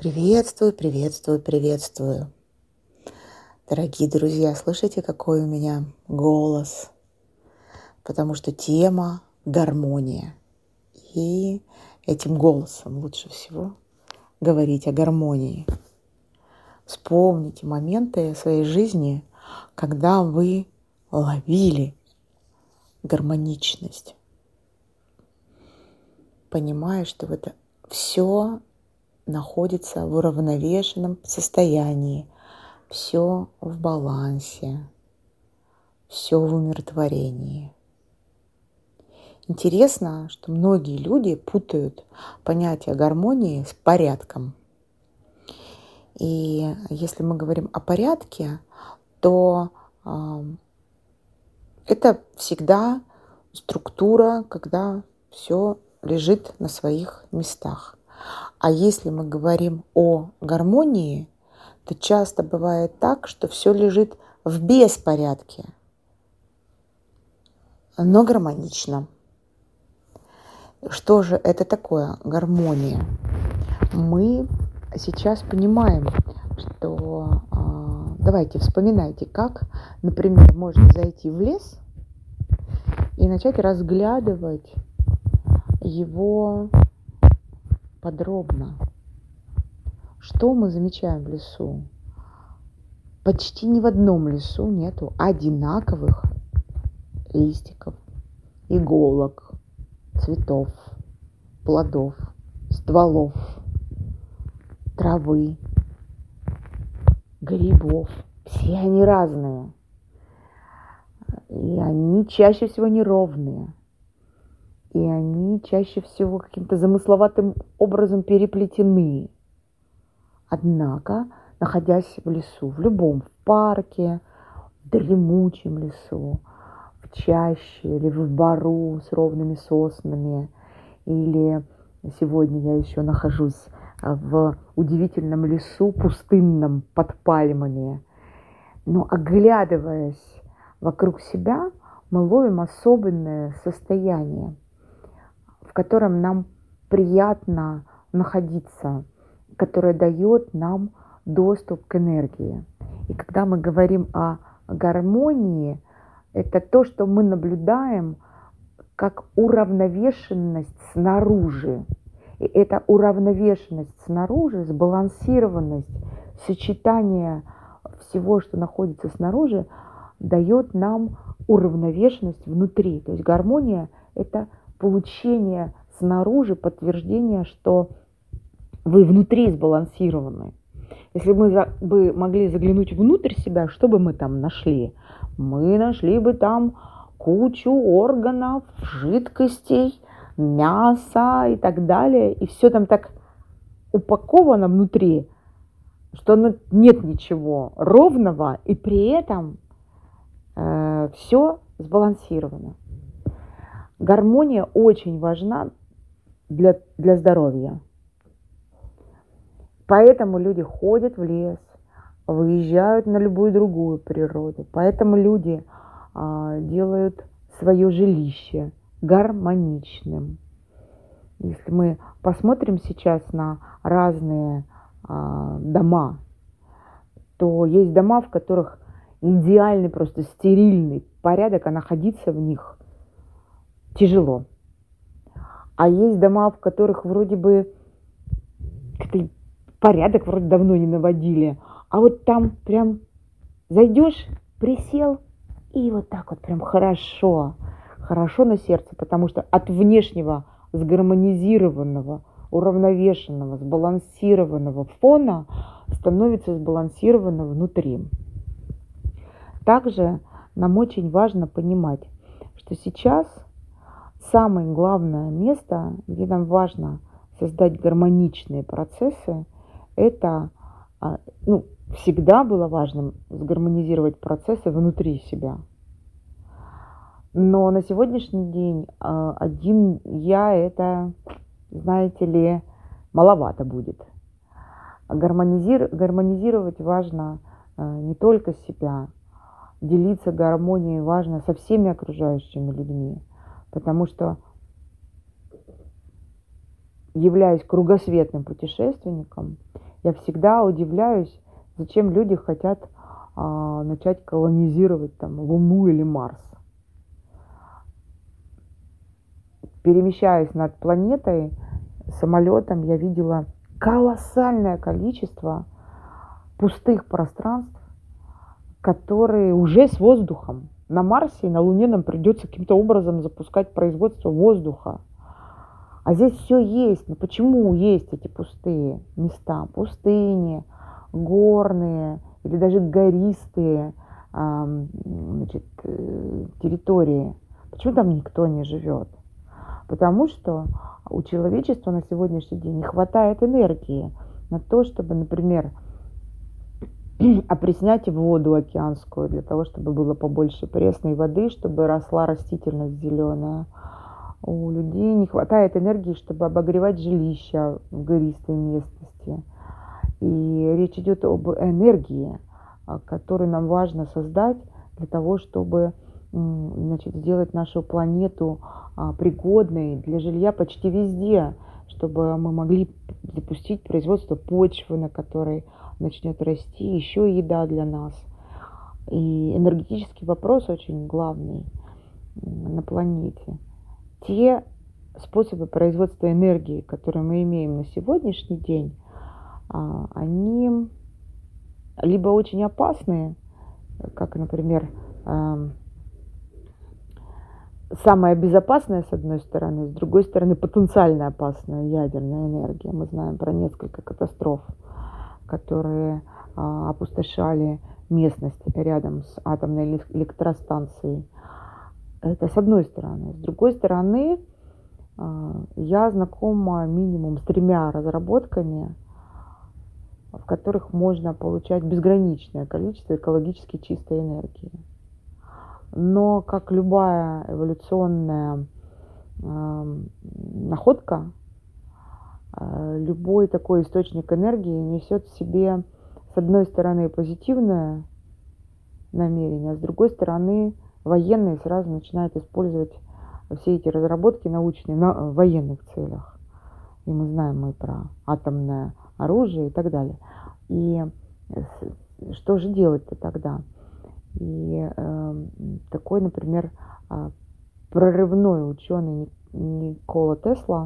Приветствую, приветствую, приветствую. Дорогие друзья, слышите, какой у меня голос? Потому что тема гармония. И этим голосом лучше всего говорить о гармонии. Вспомните моменты своей жизни, когда вы ловили гармоничность, понимая, что это все находится в уравновешенном состоянии, все в балансе, все в умиротворении. Интересно, что многие люди путают понятие гармонии с порядком. И если мы говорим о порядке, то это всегда структура, когда все лежит на своих местах. А если мы говорим о гармонии, то часто бывает так, что все лежит в беспорядке, но гармонично. Что же это такое гармония? Мы сейчас понимаем, что давайте вспоминайте, как, например, можно зайти в лес и начать разглядывать его подробно. Что мы замечаем в лесу? Почти ни в одном лесу нету одинаковых листиков, иголок, цветов, плодов, стволов, травы, грибов. Все они разные. И они чаще всего неровные. И они чаще всего каким-то замысловатым образом переплетены. Однако, находясь в лесу, в любом парке, в дремучем лесу, в чаще или в бору с ровными соснами, или сегодня я еще нахожусь в удивительном лесу, пустынном, под пальмами. Но оглядываясь вокруг себя, мы ловим особенное состояние, в котором нам приятно находиться, которое дает нам доступ к энергии. И когда мы говорим о гармонии, это то, что мы наблюдаем как уравновешенность снаружи. И эта уравновешенность снаружи, сбалансированность, сочетание всего, что находится снаружи, дает нам уравновешенность внутри. То есть гармония – это получение снаружи подтверждения, что вы внутри сбалансированы. Если мы бы могли заглянуть внутрь себя, что бы мы там нашли? Мы нашли бы там кучу органов, жидкостей, мяса и так далее. И все там так упаковано внутри, что нет ничего ровного, и при этом все сбалансировано. Гармония очень важна для здоровья. Поэтому люди ходят в лес, выезжают на любую другую природу. Поэтому люди делают свое жилище гармоничным. Если мы посмотрим сейчас на разные дома, то есть дома, в которых идеальный, просто стерильный порядок, а находиться в них тяжело. А есть дома, в которых вроде бы порядок вроде давно не наводили, а вот там прям зайдешь, присел, и вот так вот прям хорошо на сердце, потому что от внешнего сгармонизированного, уравновешенного, сбалансированного фона становится сбалансировано внутри. Также нам очень важно понимать, что сейчас самое главное место, где нам важно создать гармоничные процессы, это всегда было важным сгармонизировать процессы внутри себя. Но на сегодняшний день один я это, знаете ли, маловато будет. Гармонизировать важно не только себя, делиться гармонией важно со всеми окружающими людьми, потому что, являясь кругосветным путешественником, Я всегда удивляюсь, зачем люди хотят начать колонизировать там Луну или Марс. Перемещаясь над планетой самолетом, я видела колоссальное количество пустых пространств, которые уже с воздухом. На Марсе и на Луне нам придется каким-то образом запускать производство воздуха. А здесь все есть. Но почему есть эти пустые места? Пустыни, горные или даже гористые территории. Почему там никто не живет? Потому что у человечества на сегодняшний день не хватает энергии на то, чтобы, например, опреснять воду океанскую, для того, чтобы было побольше пресной воды, чтобы росла растительность зеленая. У людей не хватает энергии, чтобы обогревать жилища в гористой местности. И речь идет об энергии, которую нам важно создать для того, чтобы сделать нашу планету пригодной для жилья почти везде, чтобы мы могли запустить производство почвы, на которой начнет расти еще еда для нас. И энергетический вопрос очень главный на планете. Те способы производства энергии, которые мы имеем на сегодняшний день, они либо очень опасные, как, например, самая безопасная, с одной стороны, с другой стороны, потенциально опасная ядерная энергия. Мы знаем про несколько катастроф, которые опустошали местность рядом с атомной электростанцией. Это с одной стороны. С другой стороны, я знакома минимум с 3 разработками, в которых можно получать безграничное количество экологически чистой энергии. Но, как любая эволюционная находка, любой такой источник энергии несет в себе, с одной стороны, позитивное намерение, а с другой стороны, военные сразу начинают использовать все эти разработки научные в военных целях. И мы знаем про атомное оружие и так далее. И что же делать-то тогда? И такой, например, прорывной ученый Никола Тесла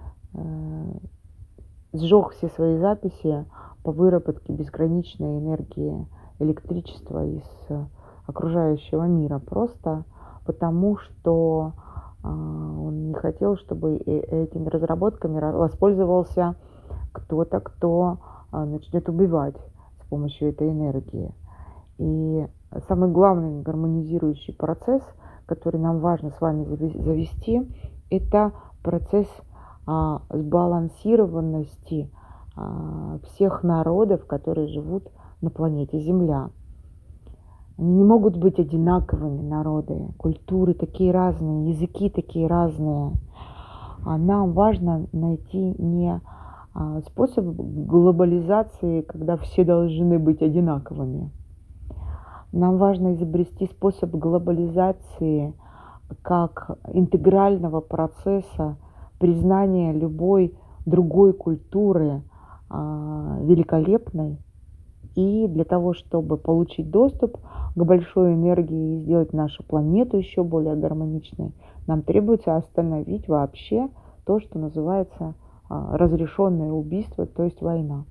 сжег все свои записи по выработке безграничной энергии электричества из окружающего мира, просто потому что он не хотел, чтобы этими разработками воспользовался кто-то, кто начнет убивать с помощью этой энергии. И самый главный гармонизирующий процесс, который нам важно с вами завести, это процесс сбалансированности всех народов, которые живут на планете Земля. Они не могут быть одинаковыми, народы, культуры такие разные, языки такие разные. Нам важно найти не способ глобализации, когда все должны быть одинаковыми. Нам важно изобрести способ глобализации как интегрального процесса признания любой другой культуры великолепной. И для того, чтобы получить доступ к большой энергии и сделать нашу планету еще более гармоничной, нам требуется остановить вообще то, что называется разрешенное убийство, то есть война.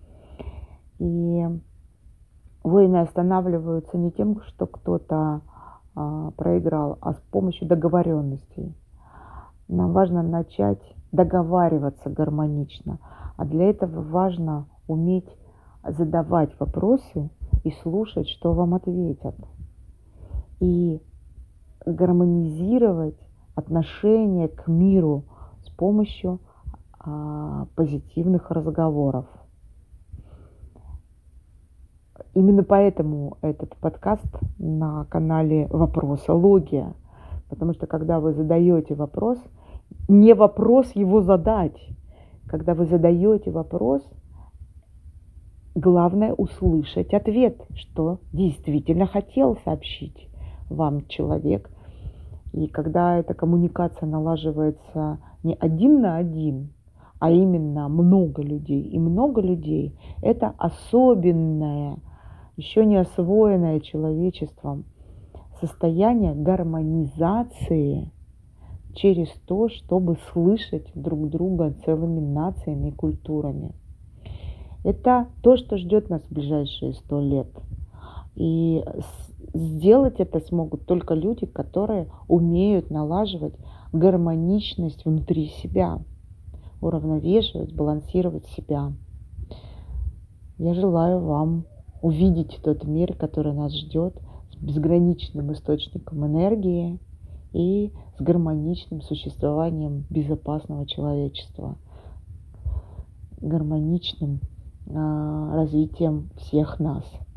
И войны останавливаются не тем, что кто-то проиграл, а с помощью договоренностей. Нам важно начать договариваться гармонично, а для этого важно уметь задавать вопросы и слушать, что вам ответят. И гармонизировать отношение к миру с помощью позитивных разговоров. Именно поэтому этот подкаст на канале «Вопросология». Потому что когда вы задаете вопрос, не вопрос его задать. Когда вы задаете вопрос, главное услышать ответ, что действительно хотел сообщить вам человек. И когда эта коммуникация налаживается не один на один, а именно много людей. И много людей – это особенное, еще не освоенное человечеством состояние гармонизации через то, чтобы слышать друг друга целыми нациями и культурами. Это то, что ждет нас в ближайшие 100 лет. И сделать это смогут только люди, которые умеют налаживать гармоничность внутри себя, уравновешивать, балансировать себя. Я желаю вам увидеть тот мир, который нас ждет, с безграничным источником энергии и с гармоничным существованием безопасного человечества, гармоничным развитием всех нас.